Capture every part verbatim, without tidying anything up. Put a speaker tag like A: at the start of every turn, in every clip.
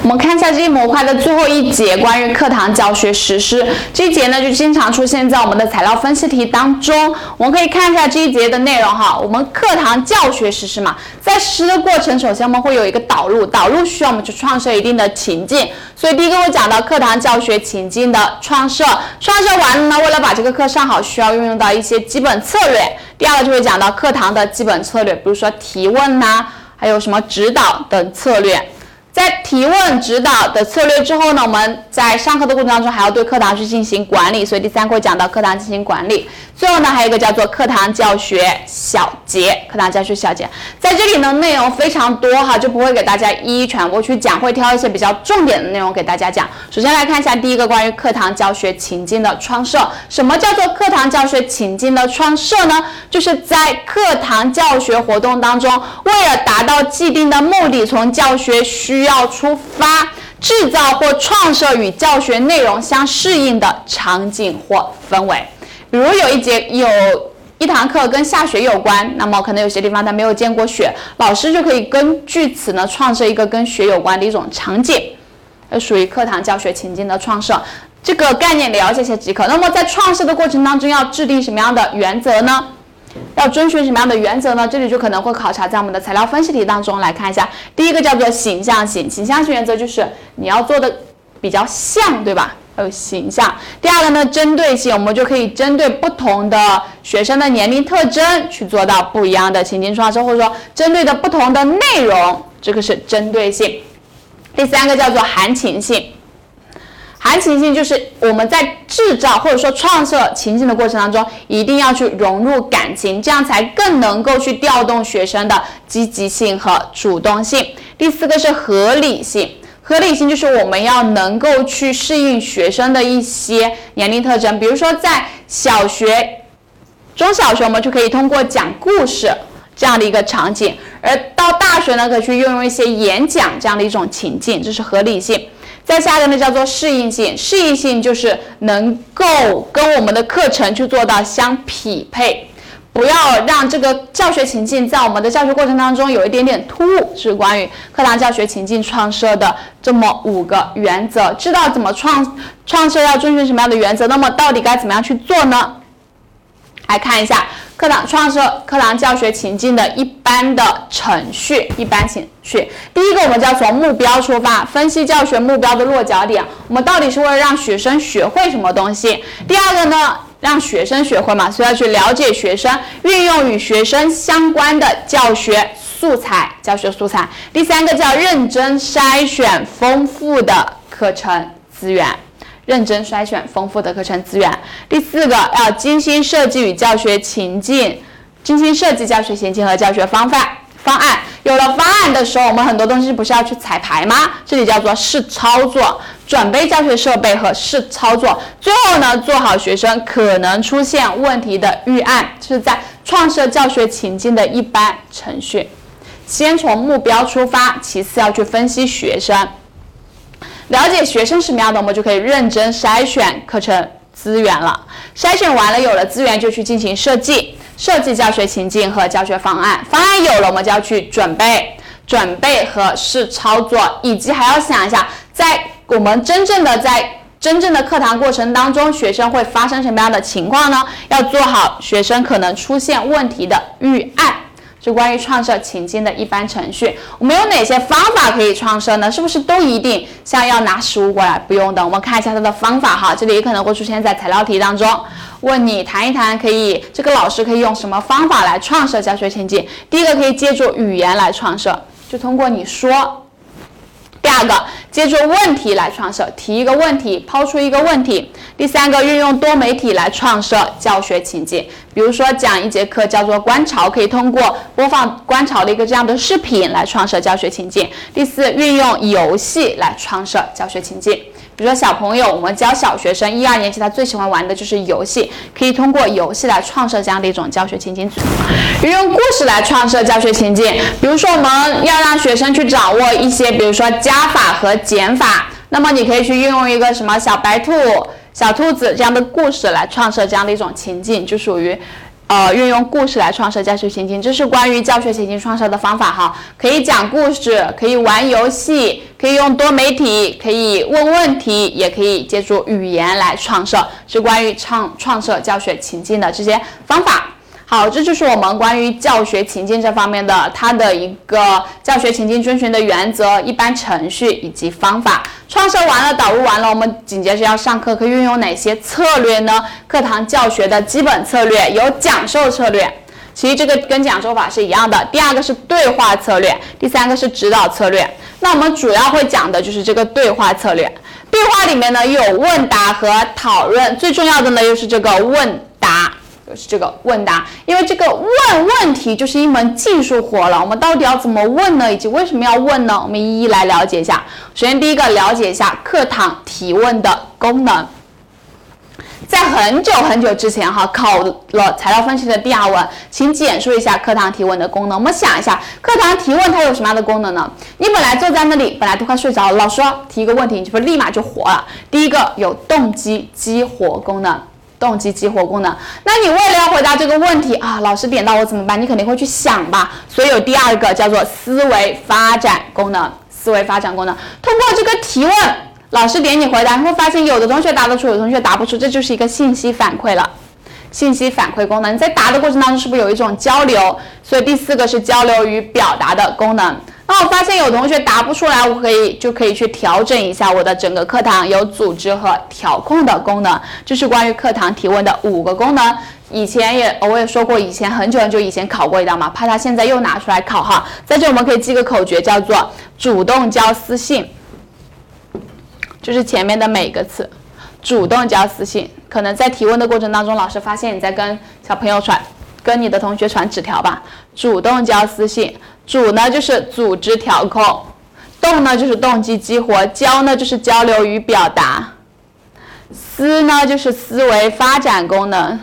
A: 我们看一下这一模块的最后一节，关于课堂教学实施。这一节呢，就经常出现在我们的材料分析题当中。我们可以看一下这一节的内容哈。我们课堂教学实施嘛，在实施的过程，首先我们会有一个导入，导入需要我们去创设一定的情境。所以第一个会讲到课堂教学情境的创设，创设完了呢，为了把这个课上好，需要运用到一些基本策略。第二个就会讲到课堂的基本策略，比如说提问呐、啊，还有什么指导等策略。在提问指导的策略之后呢，我们在上课的过程当中还要对课堂去进行管理，所以第三个会讲到课堂进行管理。最后呢，还有一个叫做课堂教学小节，课堂教学小节在这里呢内容非常多哈，就不会给大家一一全部去讲，会挑一些比较重点的内容给大家讲。首先来看一下第一个关于课堂教学情境的创设。什么叫做课堂教学情境的创设呢？就是在课堂教学活动当中，为了达到既定的目的，从教学需要出发，制造或创设与教学内容相适应的场景或氛围。比如有一节有一堂课跟下雪有关，那么可能有些地方他没有见过雪，老师就可以根据此呢创设一个跟雪有关的一种场景，属于课堂教学情境的创设。这个概念了解一下即可。那么在创设的过程当中要制定什么样的原则呢？要遵循什么样的原则呢？这里就可能会考察在我们的材料分析题当中来看一下。第一个叫做形象性，形象性原则就是你要做的比较像，对吧？要有形象。第二个呢，针对性，我们就可以针对不同的学生的年龄特征去做到不一样的情境创设，或者说针对的不同的内容，这个是针对性。第三个叫做含情性。含情性就是我们在制造或者说创设情境的过程当中，一定要去融入感情，这样才更能够去调动学生的积极性和主动性。第四个是合理性，合理性就是我们要能够去适应学生的一些年龄特征，比如说在小学、中小学，我们就可以通过讲故事这样的一个场景，而到大学呢，可以去运用一些演讲这样的一种情境，这是合理性。再下一个呢叫做适应性，适应性就是能够跟我们的课程去做到相匹配，不要让这个教学情境在我们的教学过程当中有一点点突兀，是关于课堂教学情境创设的这么五个原则。知道怎么创创设要遵循什么样的原则，那么到底该怎么样去做呢？来看一下课堂创设课堂教学情境的一般的程序，一般程序。第一个，我们就要从目标出发，分析教学目标的落脚点，我们到底是为了让学生学会什么东西。第二个呢，让学生学会嘛，所以要去了解学生，运用与学生相关的教学素材，教学素材。第三个叫认真筛选丰富的课程资源。认真筛选丰富的课程资源。第四个，要精心设计与教学情境，精心设计教学情境和教学方法方案。有了方案的时候，我们很多东西不是要去彩排吗？这里叫做试操作，准备教学设备和试操作。最后呢，做好学生可能出现问题的预案，这是在创设教学情境的一般程序。先从目标出发，其次要去分析学生。了解学生什么样的，我们就可以认真筛选课程资源了。筛选完了，有了资源就去进行设计，设计教学情境和教学方案。方案有了，我们就要去准备，准备和试操作，以及还要想一下，在我们真正的在真正的课堂过程当中，学生会发生什么样的情况呢？要做好学生可能出现问题的预案。是关于创设情境的一般程序。我们有哪些方法可以创设呢？是不是都一定像要拿实物过来？不用的，我们看一下它的方法哈。这里也可能会出现在材料题当中，问你谈一谈，可以这个老师可以用什么方法来创设教学情境？第一个可以借助语言来创设，就通过你说。第二个，借助问题来创设，提一个问题，抛出一个问题。第三个，运用多媒体来创设教学情境，比如说讲一节课叫做观潮，可以通过播放观潮的一个这样的视频来创设教学情境。第四，运用游戏来创设教学情境。比如说小朋友，我们教小学生一二年级，他最喜欢玩的就是游戏，可以通过游戏来创设这样的一种教学情境。运用故事来创设教学情境，比如说我们要让学生去掌握一些，比如说加法和减法，那么你可以去运用一个什么小白兔、小兔子这样的故事来创设这样的一种情境，就属于呃，运用故事来创设教学情境，这是关于教学情境创设的方法哈。可以讲故事，可以玩游戏，可以用多媒体，可以问问题，也可以借助语言来创设，是关于创创设教学情境的这些方法。好，这就是我们关于教学情境这方面的它的一个教学情境遵循的原则、一般程序以及方法。创设完了，导入完了，我们紧接着要上课，可以运用哪些策略呢？课堂教学的基本策略有讲授策略，其实这个跟讲授法是一样的。第二个是对话策略，第三个是指导策略。那我们主要会讲的就是这个对话策略。对话里面呢有问答和讨论，最重要的呢又是这个问答。就是这个问答，因为这个问问题就是一门技术活了。我们到底要怎么问呢？以及为什么要问呢？我们一一来了解一下。首先，第一个，了解一下课堂提问的功能。在很久很久之前，哈，考了材料分析的第二问，请简述一下课堂提问的功能。我们想一下，课堂提问它有什么样的功能呢？你本来坐在那里，本来都快睡着了，老师提一个问题，你是不是立马就活了？第一个有动机激活功能。动机激活功能，那你为了要回答这个问题啊，老师点到我怎么办？你肯定会去想吧，所以有第二个叫做思维发展功能。思维发展功能，通过这个提问，老师点你回答，你会发现有的同学答得出，有的同学答不出，这就是一个信息反馈了。信息反馈功能，你在答的过程当中是不是有一种交流？所以第四个是交流与表达的功能。那我发现有同学答不出来，我可以就可以去调整一下我的整个课堂，有组织和调控的功能。这是关于课堂提问的五个功能。以前也我也说过，以前很久很久以前考过一道嘛，怕他现在又拿出来考哈。在这我们可以记个口诀，叫做主动交私信，就是前面的每个词，主动交私信。可能在提问的过程当中，老师发现你在跟小朋友传，跟你的同学传纸条吧，主动交私信。主呢就是组织调控，动呢就是动机激活，交呢就是交流与表达，思呢就是思维发展功能，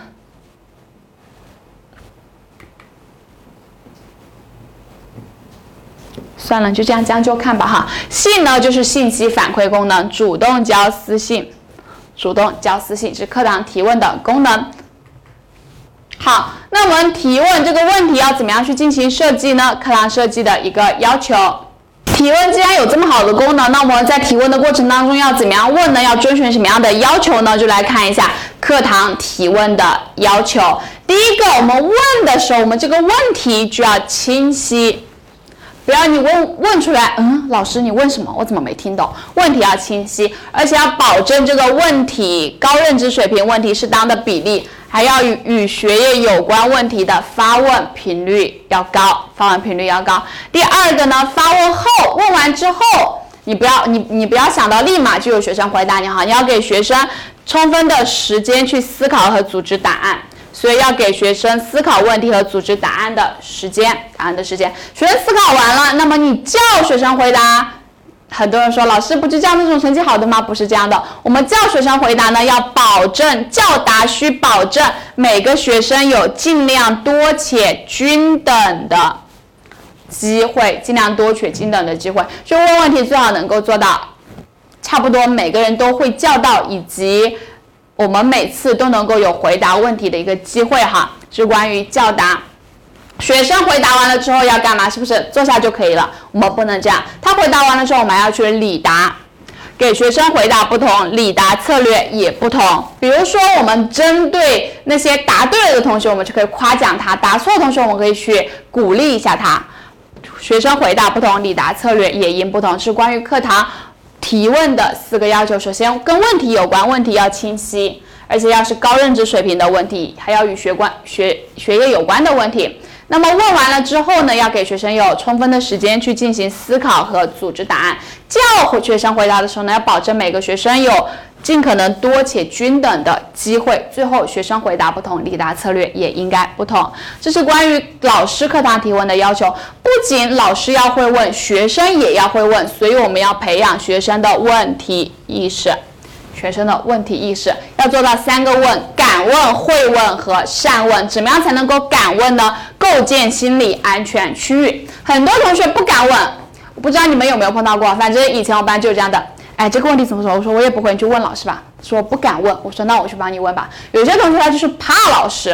A: 算了，就这样将就看吧哈。信呢就是信息反馈功能，主动交私信，主动交私信是课堂提问的功能。好，那我们提问这个问题要怎么样去进行设计呢？课堂设计的一个要求。提问既然有这么好的功能，那我们在提问的过程当中要怎么样问呢？要遵循什么样的要求呢？就来看一下课堂提问的要求。第一个，我们问的时候，我们这个问题就要清晰。不要你问问出来，嗯，老师你问什么？我怎么没听懂？问题要清晰，而且要保证这个问题高认知水平问题适当的比例，还要与与学业有关问题的发问频率要高，发问频率要高。第二个呢，发问后问完之后，你不要你你不要想到立马就有学生回答你哈，你要给学生充分的时间去思考和组织答案。所以要给学生思考问题和组织答案的时间，答案的时间。学生思考完了，那么你叫学生回答。很多人说，老师不是这样那种成绩好的吗？不是这样的。我们叫学生回答呢，要保证叫答需保证每个学生有尽量多且均等的机会，尽量多且均等的机会。就问问题最好能够做到差不多每个人都会叫到，以及我们每次都能够有回答问题的一个机会哈，是关于叫答。学生回答完了之后要干嘛？是不是坐下就可以了？我们不能这样，他回答完了之后，我们还要去理答。给学生回答不同，理答策略也不同。比如说，我们针对那些答对了的同学，我们就可以夸奖他；答错的同学，我们可以去鼓励一下他。学生回答不同，理答策略也应不同，是关于课堂提问的四个要求。首先跟问题有关，问题要清晰，而且要是高认知水平的问题，还要与学关学学业有关的问题。那么问完了之后呢，要给学生有充分的时间去进行思考和组织答案。叫学生回答的时候呢，要保证每个学生有尽可能多且均等的机会。最后学生回答不同，理答策略也应该不同。这是关于老师课堂提问的要求。不仅老师要会问，学生也要会问，所以我们要培养学生的问题意识。学生的问题意识要做到三个问：敢问、会问和善问。怎么样才能够敢问呢？构建心理安全区域。很多同学不敢问，我不知道你们有没有碰到过，反正以前我班就有这样的。哎，这个问题怎么说？我说我也不会，你去问老师吧。说不敢问，我说那我去帮你问吧。有些同学他就是怕老师，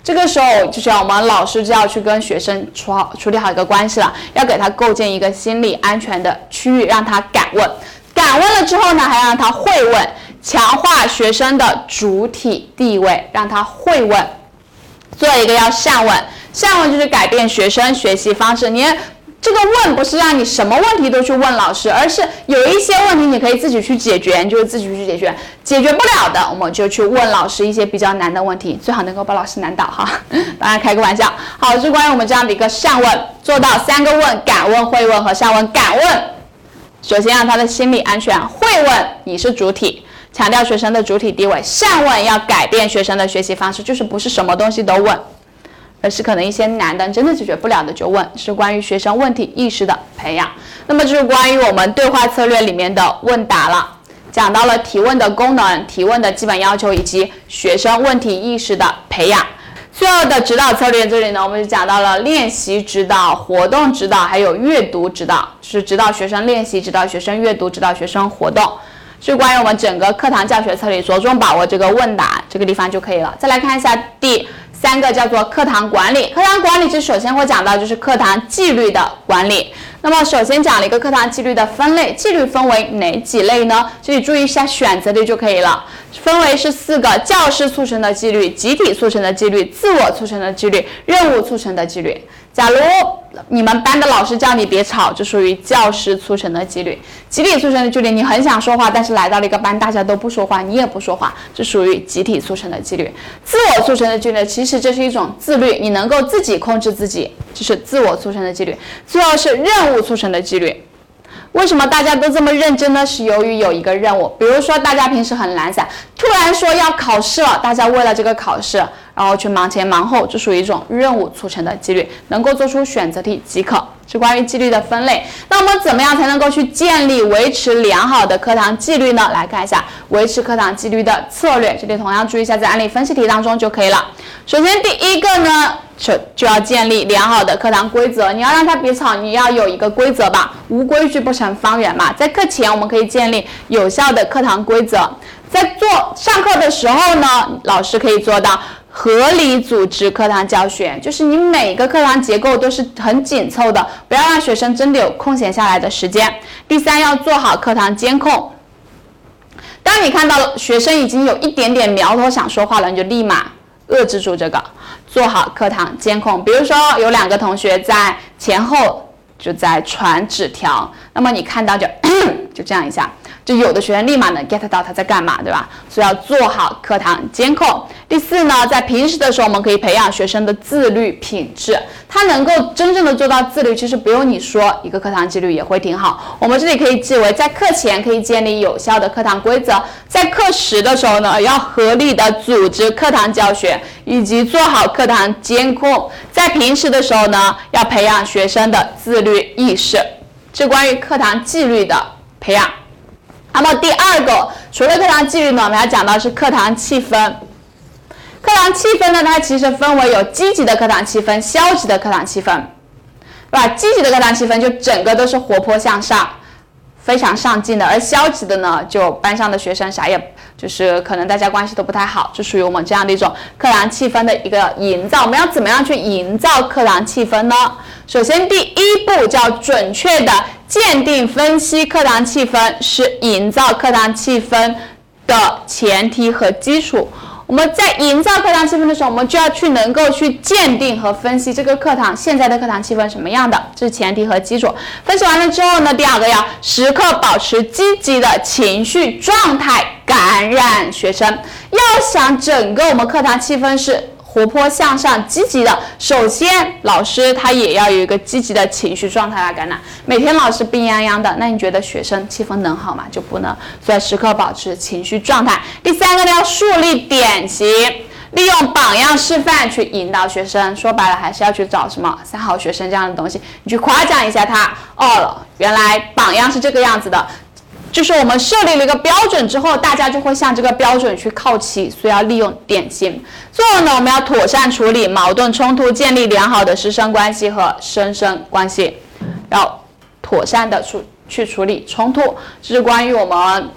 A: 这个时候就需要我们老师就要去跟学生处好处理好一个关系了，要给他构建一个心理安全的区域，让他敢问。敢问了之后呢，还要让他会问，强化学生的主体地位，让他会问。做一个要善问，善问就是改变学生学习方式。你这个问不是让你什么问题都去问老师，而是有一些问题你可以自己去解决，你就自己去解决，解决不了的我们就去问老师一些比较难的问题，最好能够把老师难倒哈，当然开个玩笑。好，是关于我们这样的一个善问，做到三个问：敢问、会问和善问。敢问，首先让他的心理安全；会问，你是主体，强调学生的主体地位；善问，要改变学生的学习方式，就是不是什么东西都问，而是可能一些难的真的解决不了的就问，是关于学生问题意识的培养。那么就是关于我们对话策略里面的问答了，讲到了提问的功能、提问的基本要求以及学生问题意识的培养。最后的指导策略这里呢，我们就讲到了练习指导、活动指导还有阅读指导，就是指导学生练习、指导学生阅读、指导学生活动，是关于我们整个课堂教学策略着重把握这个问答这个地方就可以了。再来看一下第三个叫做课堂管理。课堂管理是首先会讲到就是课堂纪律的管理。那么首先讲了一个课堂纪律的分类，纪律分为哪几类呢？这里注意一下选择题就可以了。分为是四个：教师促成的纪律、集体促成的纪律、自我促成的纪律、任务促成的纪律。假如你们班的老师叫你别吵，就属于教师促成的纪律；集体促成的纪律，你很想说话，但是来到了一个班，大家都不说话，你也不说话，这属于集体促成的纪律。自我促成的纪律，其实这是一种自律，你能够自己控制自己，这是自我促成的纪律。最后是任务促成的纪律。为什么大家都这么认真呢？是由于有一个任务，比如说大家平时很懒散，突然说要考试了，大家为了这个考试，然后去忙前忙后，这属于一种任务促成的纪律，能够做出选择题即可。是关于纪律的分类。那我们怎么样才能够去建立、维持良好的课堂纪律呢？来看一下维持课堂纪律的策略，这里同样注意一下，在案例分析题当中就可以了。首先第一个呢，就就要建立良好的课堂规则，你要让他别吵，你要有一个规则吧，无规矩不成方圆嘛。在课前我们可以建立有效的课堂规则，在做上课的时候呢，老师可以做到合理组织课堂教学，就是你每个课堂结构都是很紧凑的，不要让学生真的有空闲下来的时间。第三，要做好课堂监控。当你看到学生已经有一点点苗头想说话了，你就立马遏制住这个，做好课堂监控。比如说有两个同学在前后就在传纸条，那么你看到就就这样一下，就有的学生立马能 get 到他在干嘛，对吧？所以要做好课堂监控。第四呢，在平时的时候，我们可以培养学生的自律品质，他能够真正的做到自律，其实不用你说，一个课堂纪律也会挺好。我们这里可以记为，在课前可以建立有效的课堂规则，在课时的时候呢，要合理的组织课堂教学，以及做好课堂监控。在平时的时候呢，要培养学生的自律意识，是关于课堂纪律的培养。那么第二个，除了课堂纪律呢，我们要讲到是课堂气氛。课堂气氛呢，它其实分为有积极的课堂气氛、消极的课堂气氛，对吧？积极的课堂气氛就整个都是活泼向上，非常上进的，而消极的呢，就班上的学生啥也就是可能大家关系都不太好，就属于我们这样的一种课堂气氛的一个营造。我们要怎么样去营造课堂气氛呢？首先第一步叫准确的鉴定分析课堂气氛，是营造课堂气氛的前提和基础。我们在营造课堂气氛的时候，我们就要去能够去鉴定和分析这个课堂现在的课堂气氛什么样的，这是前提和基础。分析完了之后呢，第二个要时刻保持积极的情绪状态，感染学生。要想整个我们课堂气氛是活泼向上、积极的，首先老师他也要有一个积极的情绪状态来感染。每天老师病殃殃的，那你觉得学生气氛能好吗？就不能。所以时刻保持情绪状态。第三个呢，要树立典型，利用榜样示范去引导学生。说白了，还是要去找什么三好学生这样的东西，你去夸奖一下他。哦，原来榜样是这个样子的。就是我们设立了一个标准之后，大家就会向这个标准去靠齐，所以要利用典型。最后呢，我们要妥善处理矛盾冲突，建立良好的师生关系和生生关系，要妥善的处去处理冲突。这是关于我们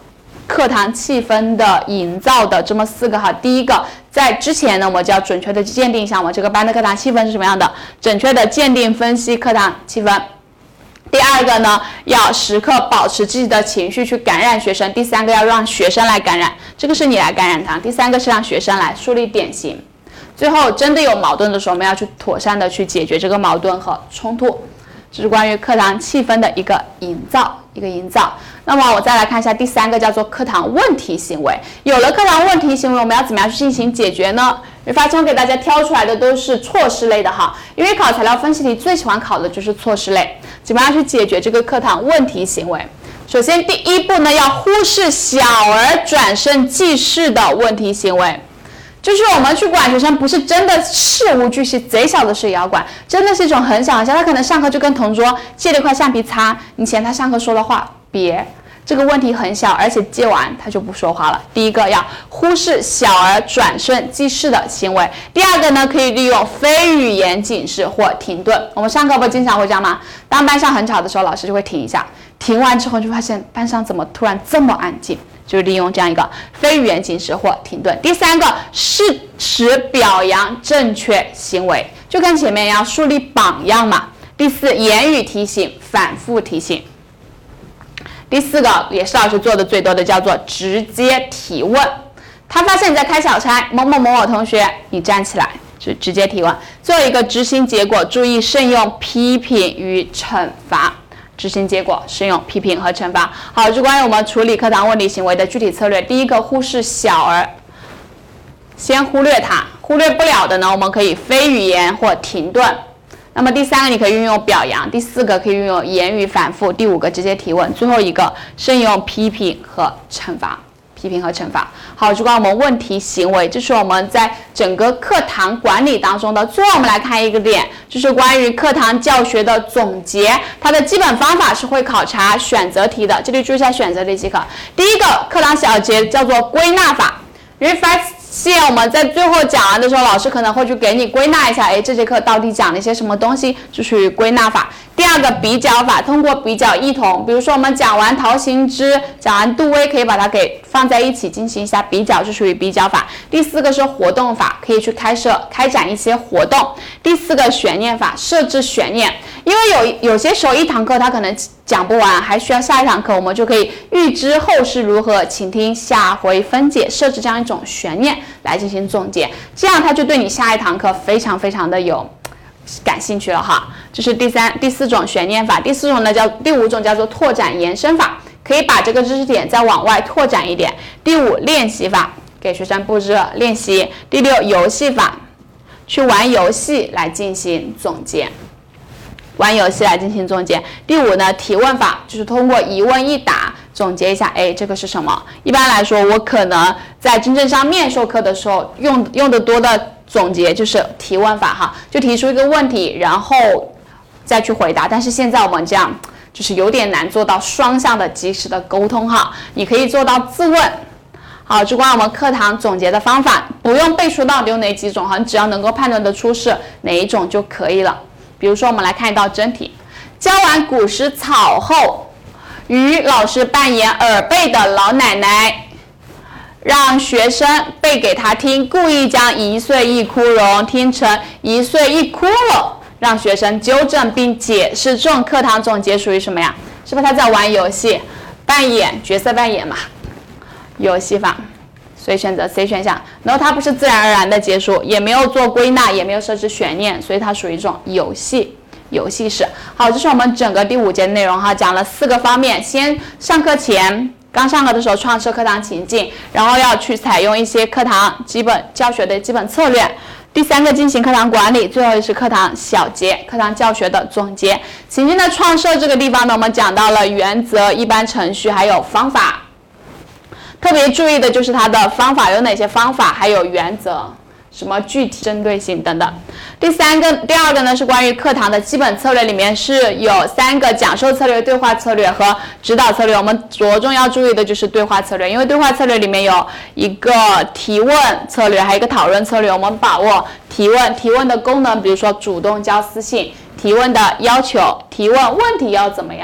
A: 课堂气氛的营造的这么四个哈。第一个，在之前呢，我们就要准确的鉴定一下我们这个班的课堂气氛是什么样的，准确的鉴定分析课堂气氛。第二个呢，要时刻保持自己的情绪去感染学生。第三个，要让学生来感染，这个是你来感染他。第三个是让学生来树立典型。最后，真的有矛盾的时候，我们要去妥善的去解决这个矛盾和冲突。这是关于课堂气氛的一个营造，一个营造。那么我再来看一下第三个，叫做课堂问题行为。有了课堂问题行为，我们要怎么样去进行解决呢？语法中给大家挑出来的都是措施类的哈，因为考材料分析题最喜欢考的就是措施类。怎么样去解决这个课堂问题行为？首先第一步呢，要忽视小而转瞬即逝的问题行为。就是我们去管学生，不是真的事无巨细，贼小的事也要管，真的是一种很小很小。他可能上课就跟同桌借了一块橡皮擦，你嫌他上课说的话别，这个问题很小，而且借完他就不说话了。第一个要忽视小而转瞬即逝的行为。第二个呢，可以利用非语言警示或停顿。我们上课不经常会这样吗？当班上很吵的时候，老师就会停一下，停完之后就发现班上怎么突然这么安静。就是利用这样一个非语言警示或停顿。第三个，适时表扬正确行为，就跟前面一样，树立榜样嘛。第四，言语提醒，反复提醒。第四个也是老师做的最多的，叫做直接提问。他发现你在开小差，某某某某同学，你站起来，就直接提问。最后一个，执行结果，注意慎用批评与惩罚。执行结果，适用批评和惩罚。好，就关于我们处理课堂问题行为的具体策略。第一个，忽视小而，先忽略它，忽略不了的呢，我们可以非语言或停顿。那么第三个，你可以运用表扬。第四个，可以运用言语反复。第五个，直接提问。最后一个，慎用批评和惩罚。批评和惩罚。好，就关于我们问题行为，这是我们在整个课堂管理当中的。最后我们来看一个点，就是关于课堂教学的总结，它的基本方法是会考察选择题的，这里注意一下选择题即可。第一个课堂小节叫做归纳法，你会发现我们在最后讲完的时候，老师可能会去给你归纳一下，哎，这节课到底讲了一些什么东西，就属于归纳法。第二个比较法，通过比较异同，比如说我们讲完陶行知，讲完杜威，可以把它给放在一起进行一下比较，就属于比较法。第四个是活动法，可以去开设开展一些活动。第四个悬念法，设置悬念，因为有有些时候一堂课它可能讲不完，还需要下一堂课，我们就可以预知后事如何，请听下回分解，设置这样一种悬念来进行总结，这样它就对你下一堂课非常非常的有感兴趣了哈。这是第三、第四种悬念法。第四种呢叫第五种叫做拓展延伸法，可以把这个知识点再往外拓展一点。第五，练习法，给学生布置练习。第六，游戏法，去玩游戏来进行总结。玩游戏来进行总结。第五呢，提问法，就是通过一问一答总结一下，哎，这个是什么？一般来说，我可能在真正上面授课的时候用用的多的总结就是提问法哈，就提出一个问题，然后再去回答。但是现在我们这样就是有点难做到双向的及时的沟通哈，你可以做到自问。好，就关于我们课堂总结的方法，不用背出到底有哪几种哈，你只要能够判断得出是哪一种就可以了。比如说，我们来看一道真题：教完古诗草后，于老师扮演耳背的老奶奶，让学生背给他听，故意将一岁一枯荣听成一岁一枯了，让学生纠正并解释。这种课堂总结属于什么呀？是不是他在玩游戏，扮演角色扮演嘛？游戏法，所以选择 C 选项。然后它不是自然而然的结束，也没有做归纳，也没有设置悬念，所以它属于一种游戏游戏式。好，这是我们整个第五节的内容哈，讲了四个方面。先上课前，刚上课的时候创设课堂情境，然后要去采用一些课堂基本教学的基本策略。第三个进行课堂管理，最后是课堂小结，课堂教学的总结。情境的创设这个地方呢，我们讲到了原则、一般程序还有方法。特别注意的就是它的方法有哪些方法，还有原则，什么具体针对性等等。第三个、第二个呢是关于课堂的基本策略，里面是有三个讲授策略、对话策略和指导策略。我们着重要注意的就是对话策略，因为对话策略里面有一个提问策略，还有一个讨论策略。我们把握提问，提问的功能，比如说主动交私信，提问的要求，提问问题要怎么样。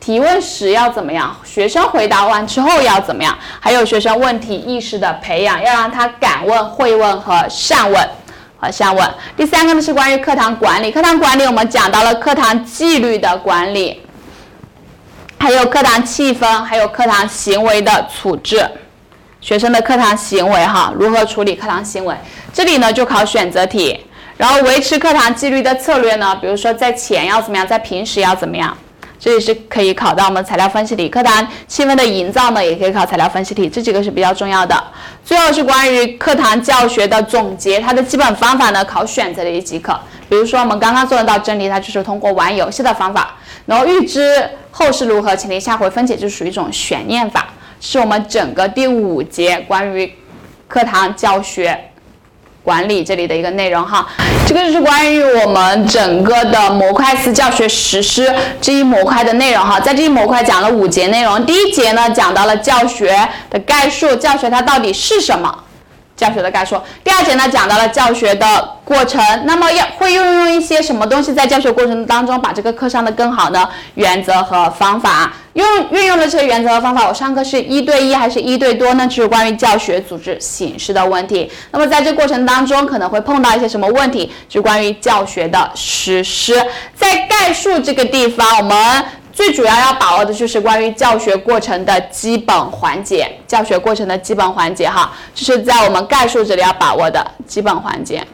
A: 提问时要怎么样，学生回答完之后要怎么样，还有学生问题意识的培养，要让他敢问、会问和善问。和善问。第三个呢是关于课堂管理，课堂管理我们讲到了课堂纪律的管理，还有课堂气氛，还有课堂行为的处置。学生的课堂行为哈，如何处理课堂行为？这里呢就考选择题。然后维持课堂纪律的策略呢，比如说在前要怎么样，在平时要怎么样，这里是可以考到我们材料分析题。课堂气氛的营造呢，也可以考材料分析题，这几个是比较重要的。最后是关于课堂教学的总结，它的基本方法呢，考选择题即可。比如说我们刚刚做得到真题，它就是通过玩游戏的方法，然后预知后事如何，请听下回分解，就属于一种悬念法。是我们整个第五节关于课堂教学管理这里的一个内容哈，这个就是关于我们整个的模块四教学实施这一模块的内容哈。在这一模块讲了五节内容，第一节呢讲到了教学的概述，教学它到底是什么？教学的概述。第二节呢讲到了教学的过程，那么要会运用一些什么东西在教学过程当中把这个课上的更好呢？原则和方法。用运用了这个原则和方法，我上课是一对一还是一对多呢？就是关于教学组织形式的问题。那么在这过程当中可能会碰到一些什么问题？就是关于教学的实施。在概述这个地方，我们最主要要把握的就是关于教学过程的基本环节，教学过程的基本环节哈，这是在我们概述这里要把握的基本环节。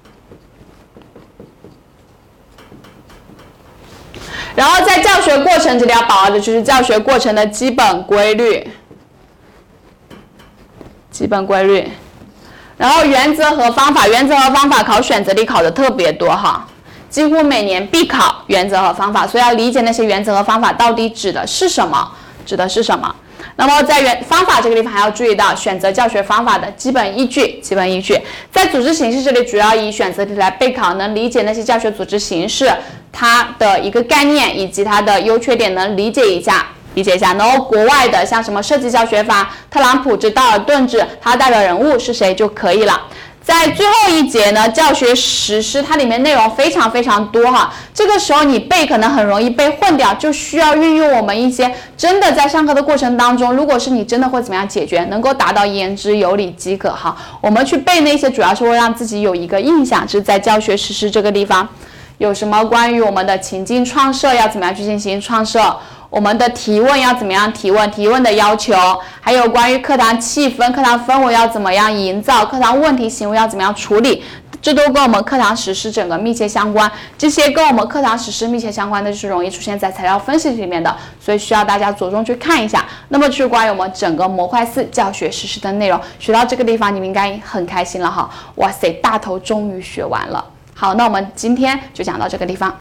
A: 然后在教学过程这里要把握的就是教学过程的基本规律，基本规律。然后原则和方法，原则和方法考选择题考的特别多哈。几乎每年必考原则和方法，所以要理解那些原则和方法到底指的是什么，指的是什么。那么在原方法这个地方还要注意到选择教学方法的基本依据，基本依据。在组织形式这里主要以选择题来备考，能理解那些教学组织形式它的一个概念以及它的优缺点，能理解一下。理解一下，然后国外的像什么设计教学法、特朗普制、道尔顿制，它代表人物是谁就可以了。在最后一节呢，教学实施它里面内容非常非常多哈，这个时候你背可能很容易被混掉，就需要运用我们一些真的在上课的过程当中，如果是你真的会怎么样解决，能够达到言之有理即可哈。我们去背那些主要是会让自己有一个印象，就是在教学实施这个地方有什么关于我们的情境创设要怎么样去进行创设，我们的提问要怎么样提问，提问的要求，还有关于课堂气氛、课堂氛围要怎么样营造，课堂问题行为要怎么样处理，这都跟我们课堂实施整个密切相关。这些跟我们课堂实施密切相关的，就是容易出现在材料分析里面的，所以需要大家着重去看一下。那么就是关于我们整个模块四教学实施的内容，学到这个地方你们应该很开心了哈！哇塞，大头终于学完了。好，那我们今天就讲到这个地方。